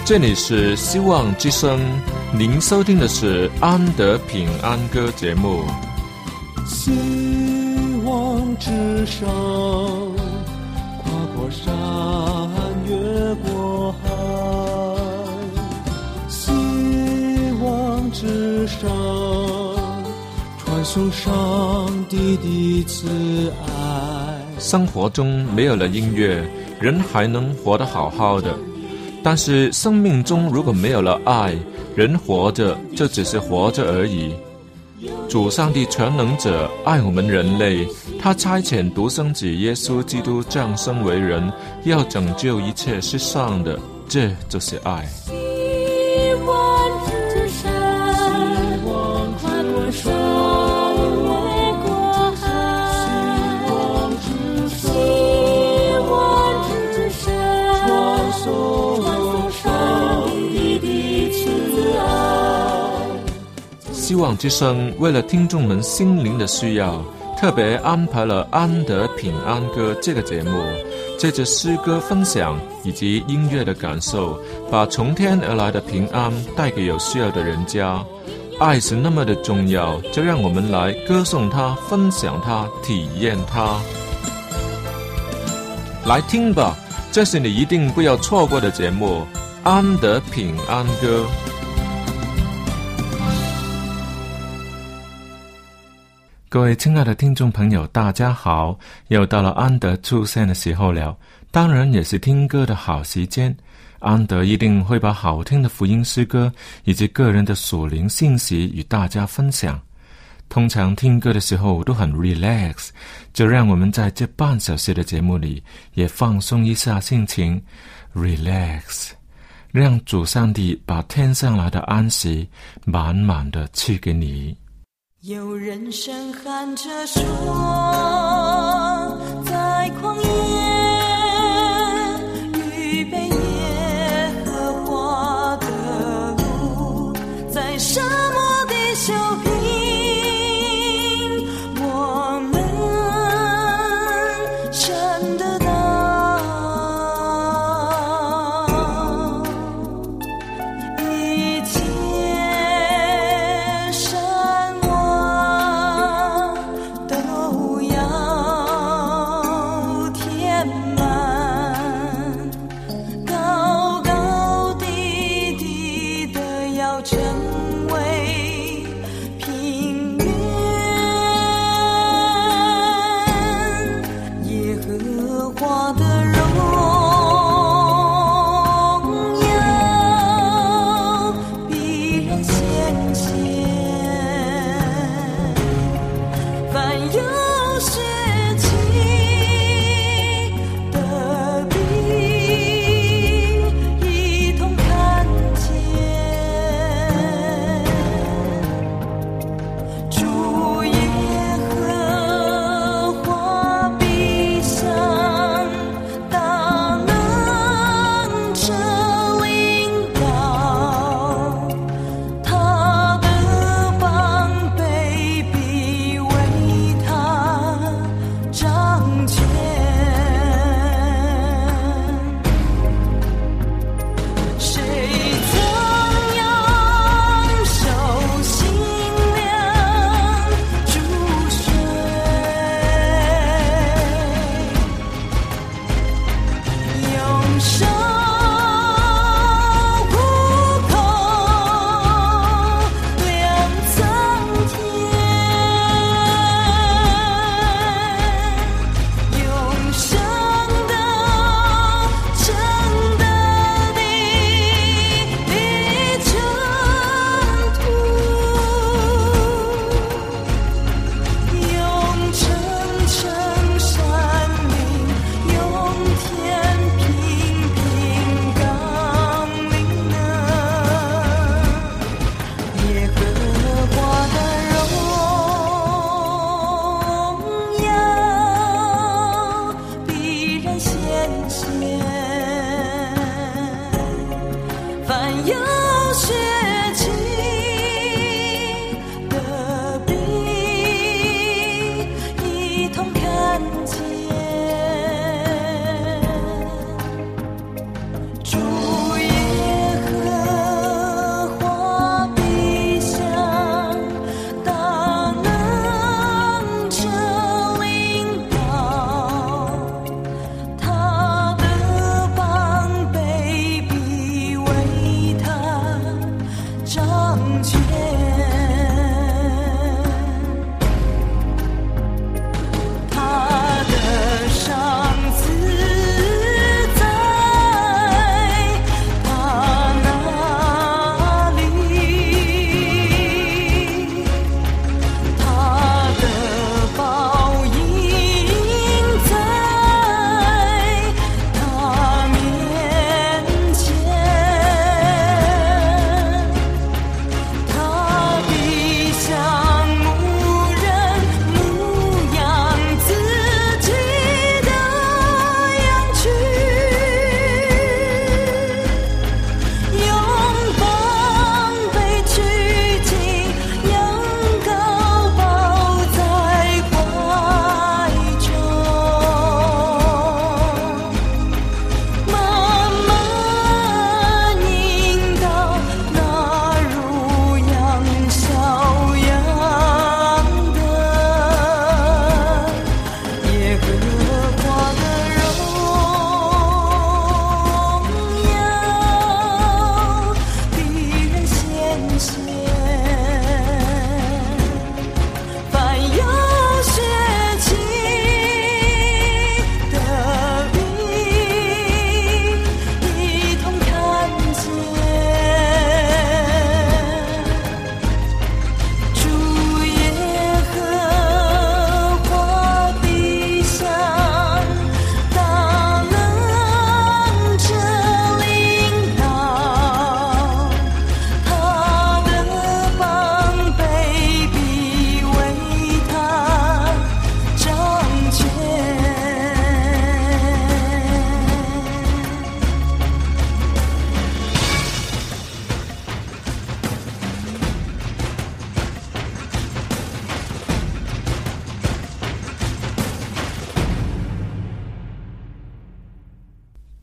这里是希望之声，您收听的是安德平安歌节目。 希望之声，跨过山，越过海。希望之声，传送上帝的慈爱。 生活中没有了音乐，人还能活得好好的。但是生命中如果没有了爱，人活着就只是活着而已。主上帝全能者爱我们人类，他差遣独生子耶稣基督降生为人，要拯救一切世上的，这就是爱。 希望之声，跨过山，越过海。希望之声，传送上帝的慈爱。 希望之声为了听众们心灵的需要，特别安排了安德平安歌这个节目，借着诗歌分享以及音乐的感受，把从天而来的平安带给有需要的人家。爱是那么的重要，就让我们来歌颂它，分享它，体验它。来听吧，这是你一定不要错过的节目，安德平安歌。各位亲爱的听众朋友，大家好，又到了安德出现的时候了，当然也是听歌的好时间。安德一定会把好听的福音诗歌以及个人的属灵信息与大家分享。通常听歌的时候都很 relax， 就让我们在这半小时的节目里也放松一下心情 relax， 让主上帝把天上来的安息满满的赐给你。 有人声喊着说，在旷野预备耶和华的路，在沙漠的修平，我们神的道。一切平平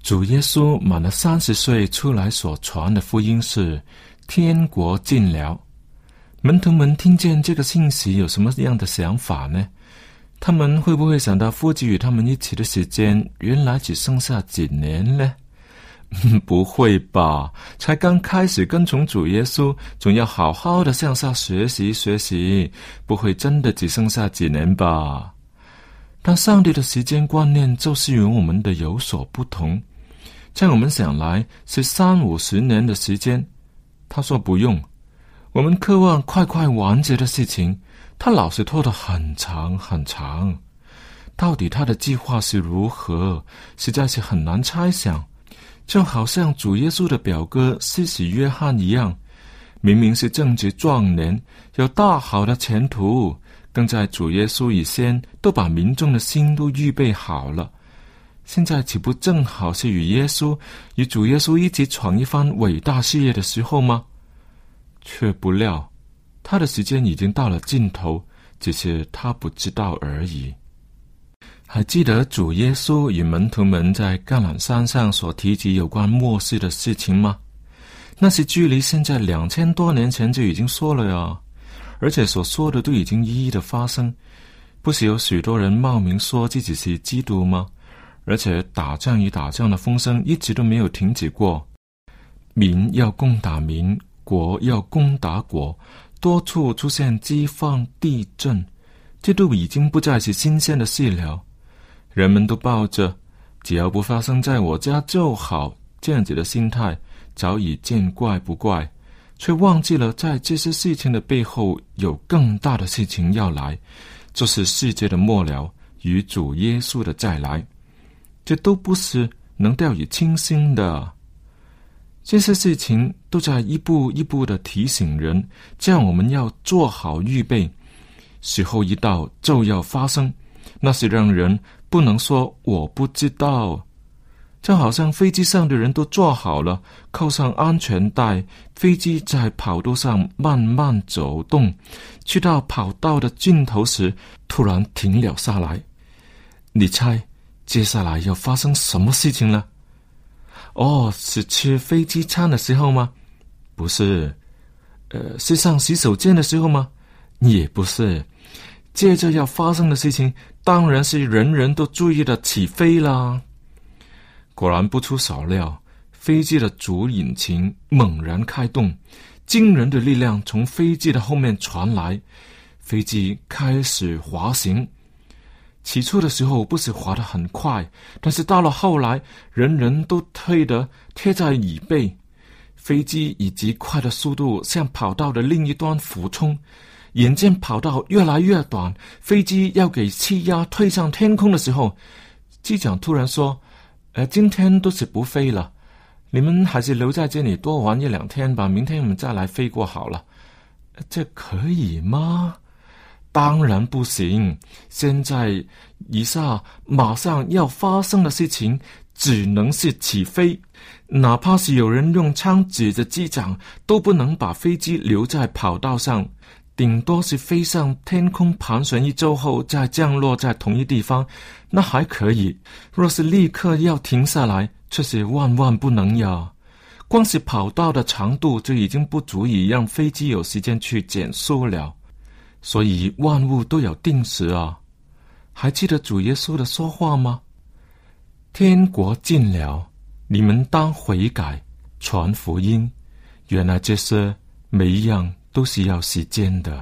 主耶稣满了30岁出来所传的福音是天国近了。门徒们听见这个信息有什么样的想法呢？他们会不会想到父子与他们一起的时间原来只剩下几年呢？不会吧，才刚开始跟从主耶稣，总要好好的向下学习学习，不会真的只剩下几年吧？但上帝的时间观念就是与我们的有所不同，在我们想来是30-50年的时间，他说不用。我们渴望快快完结的事情，他老是拖得很长很长。到底他的计划是如何，实在是很难猜想。就好像主耶稣的表哥施洗约翰一样，明明是正值壮年，有大好的前途，更在主耶稣以前都把民众的心都预备好了。现在岂不正好是与主耶稣一起闯一番伟大事业的时候吗？却不料他的时间已经到了尽头，只是他不知道而已。还记得主耶稣与门徒们在橄榄山上所提及有关末世的事情吗？那是距离现在2000多年前就已经说了呀，而且所说的都已经一一的发生。不是有许多人冒名说自己是基督吗？而且打仗与打仗的风声一直都没有停止过，民要攻打民，国要攻打国，多处出现饥荒、地震，这都已经不再是新鲜的事了。人们都抱着只要不发生在我家就好这样子的心态，早已见怪不怪，却忘记了在这些事情的背后有更大的事情要来，就是世界的末了与主耶稣的再来。这都不是能掉以轻心的。这些事情都在一步一步的提醒人，这样我们要做好预备，时候一到就要发生。那是让人不能说我不知道，就好像飞机上的人都做好了，扣上安全带，飞机在跑道上慢慢走动，去到跑道的尽头时突然停了下来。你猜接下来要发生什么事情呢？是吃飞机餐的时候吗？不是。是上洗手间的时候吗？也不是。接着要发生的事情当然是人人都注意的起飞啦。果然不出所料，飞机的主引擎猛然开动，惊人的力量从飞机的后面传来，飞机开始滑行。起初的时候不是滑得很快，但是到了后来，人人都推得贴在椅背，飞机以极快的速度向跑道的另一端俯冲。眼见跑道越来越短，飞机要给气压推上天空的时候，机长突然说，今天都是不飞了，你们还是留在这里多玩1-2天吧，明天我们再来飞过好了。这可以吗？当然不行。现在以下马上要发生的事情只能是起飞，哪怕是有人用枪指着机长，都不能把飞机留在跑道上，顶多是飞上天空盘旋1周后再降落在同一地方，那还可以。若是立刻要停下来，却是万万不能呀。光是跑道的长度就已经不足以让飞机有时间去减速了，所以万物都有定时啊。还记得主耶稣的说话吗？天国近了，你们当悔改，传福音。原来这些每一样都是要时间的。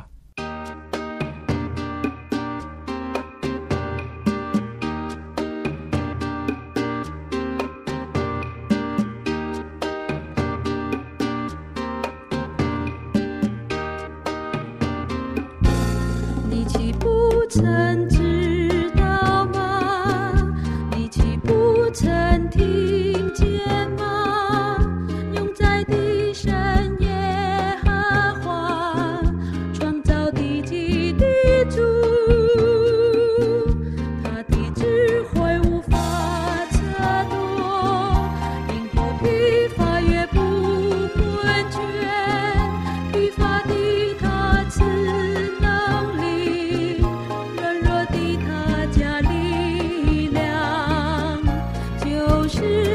你岂不曾知道吗？你岂不曾听见吗？永在的神耶和华创造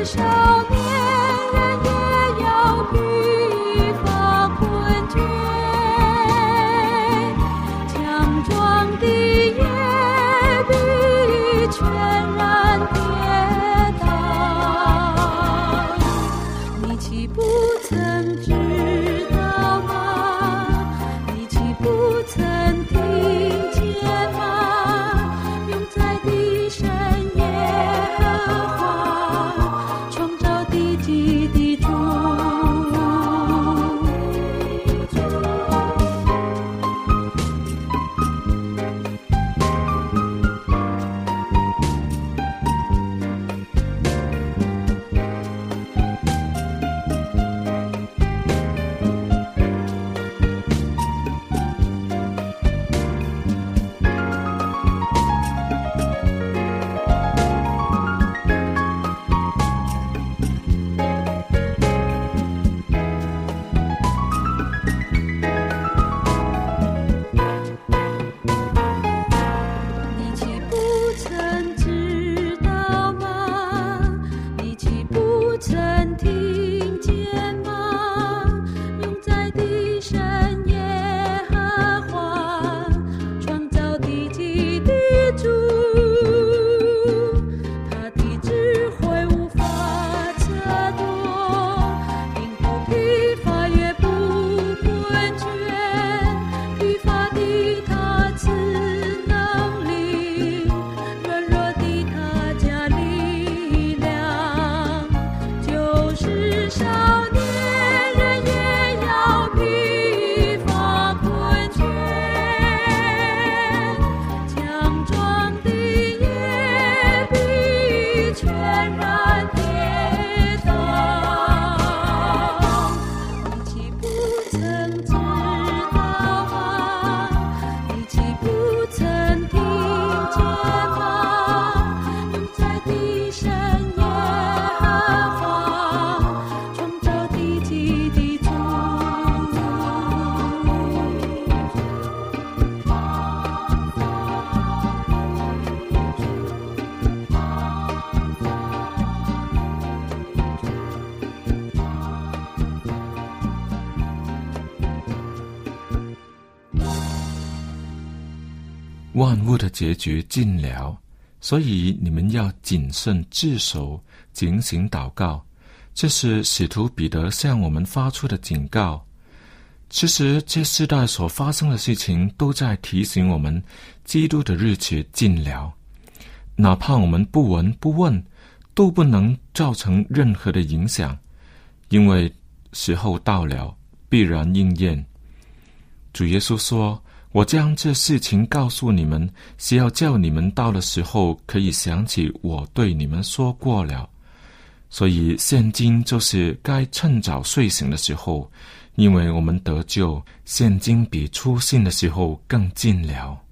万物的结局尽了，所以你们要谨慎自守，警醒祷告。这是使徒彼得向我们发出的警告。其实这世代所发生的事情都在提醒我们，基督的日子近了。哪怕我们不闻不问，都不能造成任何的影响，因为时候到了，必然应验。主耶稣说，我将这事情告诉你们，是要叫你们到的时候可以想起我对你们说过了。所以现今就是该趁早睡醒的时候，因为我们得救，现今比初信的时候更近了。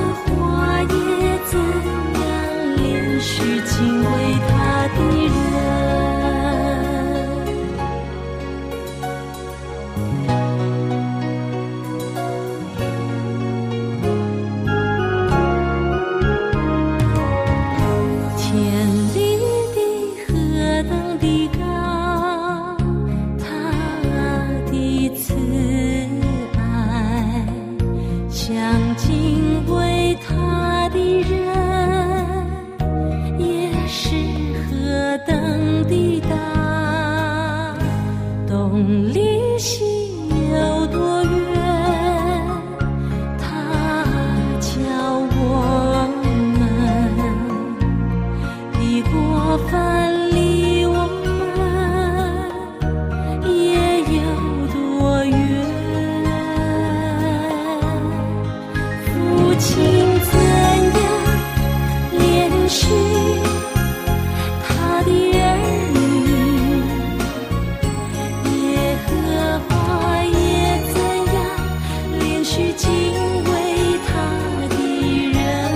去敬畏他的人。 是何等的大，东离西有多远，他叫我们的过犯离我们也有多远。父亲怎样怜恤他的儿女，耶和华也怎样怜恤敬畏他的人。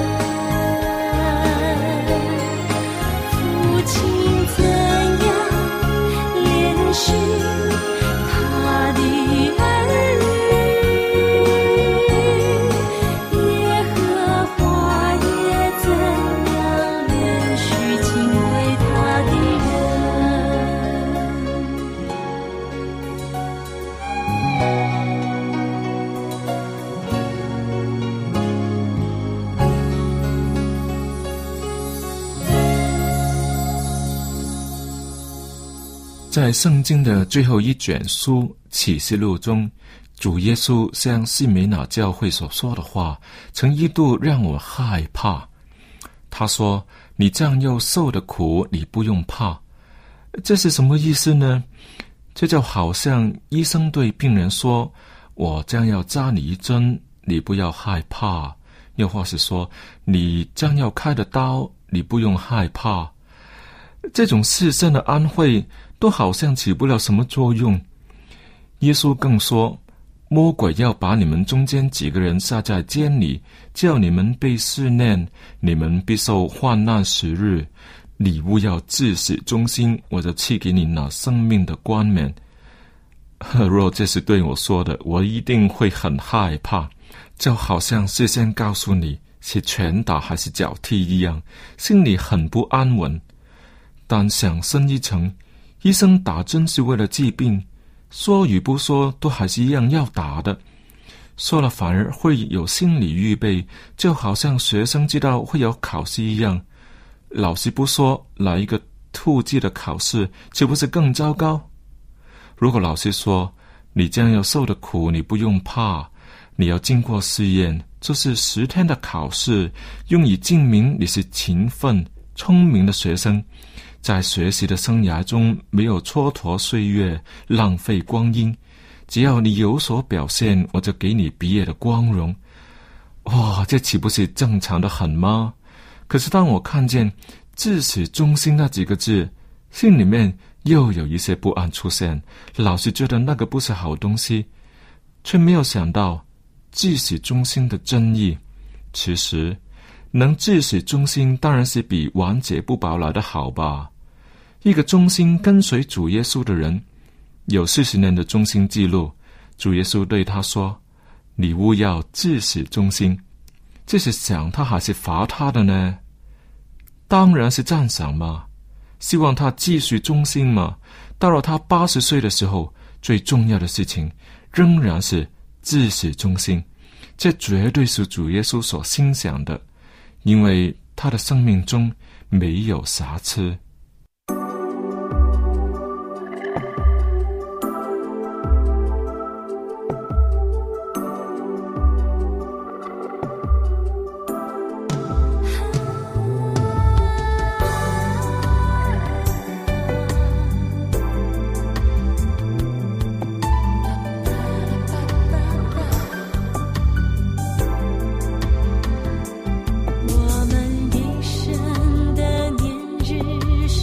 父亲怎样怜恤他的儿女，耶和华也怎样怜恤敬畏他的人。 在圣经的最后一卷书启示录中，主耶稣向西美拿教会所说的话曾一度让我害怕。他说，你这样要受的苦你不用怕。这是什么意思呢？这就好像医生对病人说，我将要扎你一针，你不要害怕。又或是说，你将要开的刀，你不用害怕。这种世上的安慰都好像起不了什么作用。耶稣更说，魔鬼要把你们中间几个人下在监里，叫你们被试炼，你们必受患难10日。你务要至死忠心，我就赐给你那生命的冠冕。若这是对我说的，我一定会很害怕，就好像事先告诉你是拳打还是脚踢一样，心里很不安稳。但想深一层，医生打针是为了治病，说与不说都还是一样要打的。说了反而会有心理预备，就好像学生知道会有考试一样。老师不说，来一个突击的考试，岂不是更糟糕？如果老师说，你将要受的苦你不用怕，你要经过试验，就是10天的考试，用以证明你是勤奋聪明的学生，在学习的生涯中没有蹉跎岁月，浪费光阴。只要你有所表现，我就给你毕业的光荣。哇，这岂不是正常的很吗？可是当我看见至死忠心那几个字，心里面又有一些不安出现，老是觉得那个不是好东西，却没有想到至死忠心的真意。其实能至死忠心当然是比晚节不保来的好吧。一个忠心跟随主耶稣的人，有40年的忠心记录，主耶稣对他说，你务要至死忠心。这是想他还是罚他的呢？当然是赞赏嘛，希望他继续忠心嘛。到了他80岁的时候，最重要的事情仍然是至死忠心。这绝对是主耶稣所欣赏的，因为他的生命中没有瑕疵。 我们一生的年日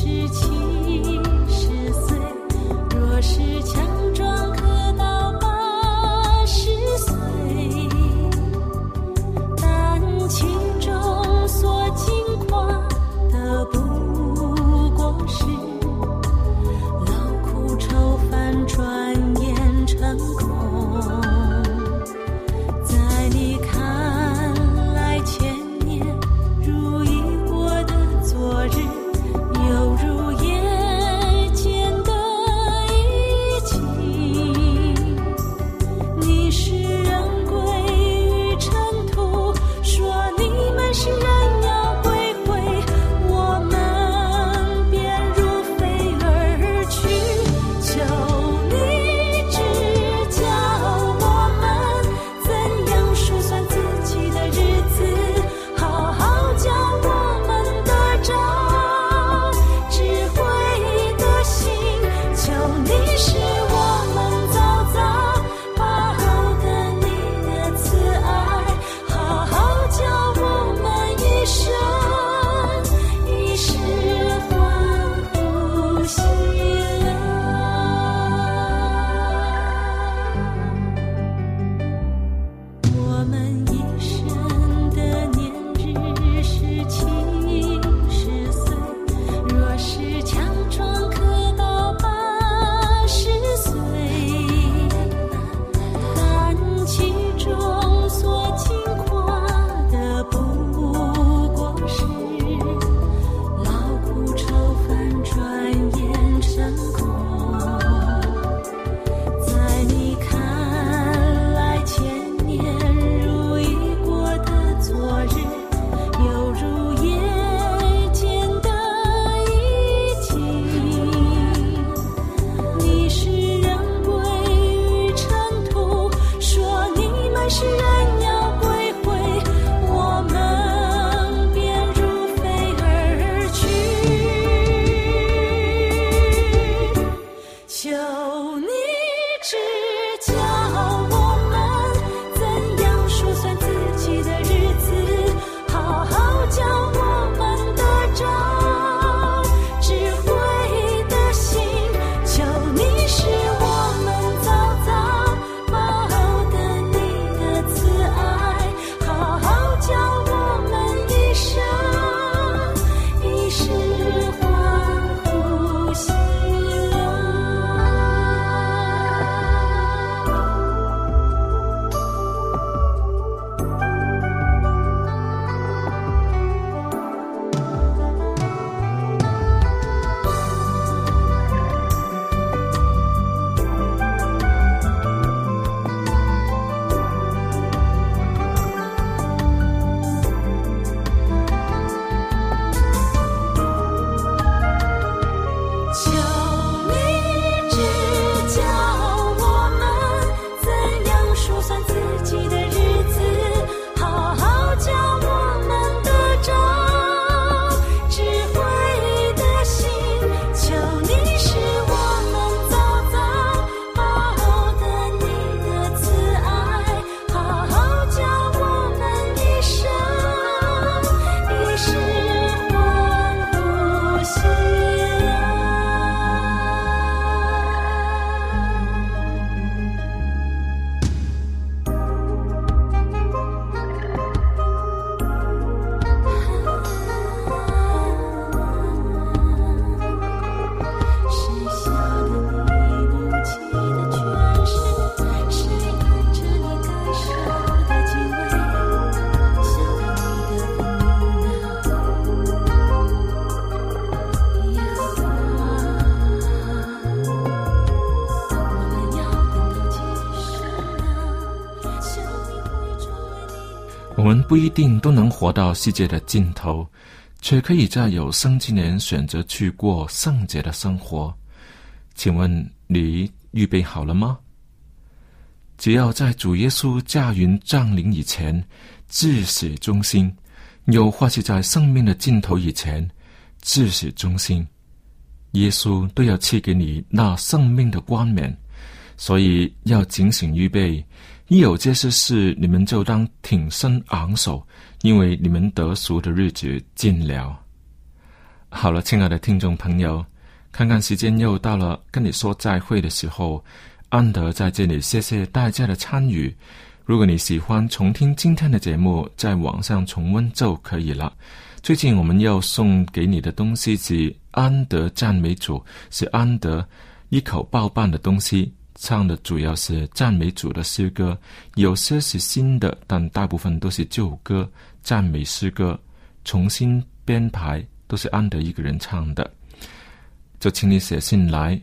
我们不一定都能活到世界的尽头，却可以在有生之年选择去过圣洁的生活。请问你预备好了吗？只要在主耶稣驾云降临以前至始忠心，又或是在生命的尽头以前至始忠心，耶稣都要赐给你那生命的冠冕。所以要警醒预备，一有这些事，你们就当挺身昂首，因为你们得赎的日子近了。好了，亲爱的听众朋友，看看时间又到了跟你说再会的时候。安德在这里谢谢大家的参与。如果你喜欢重听今天的节目，在网上重温就可以了。最近我们要送给你的东西是安德赞美主，是安德一口包办的东西，唱的主要是赞美主的诗歌，有些是新的，但大部分都是旧歌，赞美诗歌，重新编排，都是安德一个人唱的。就请你写信来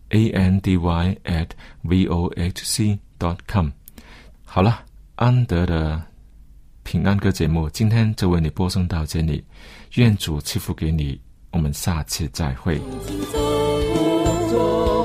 andy@vohc.com。 好了，安德的平安歌节目今天就为你播送到这里，愿主赐福给你，我们下次再会。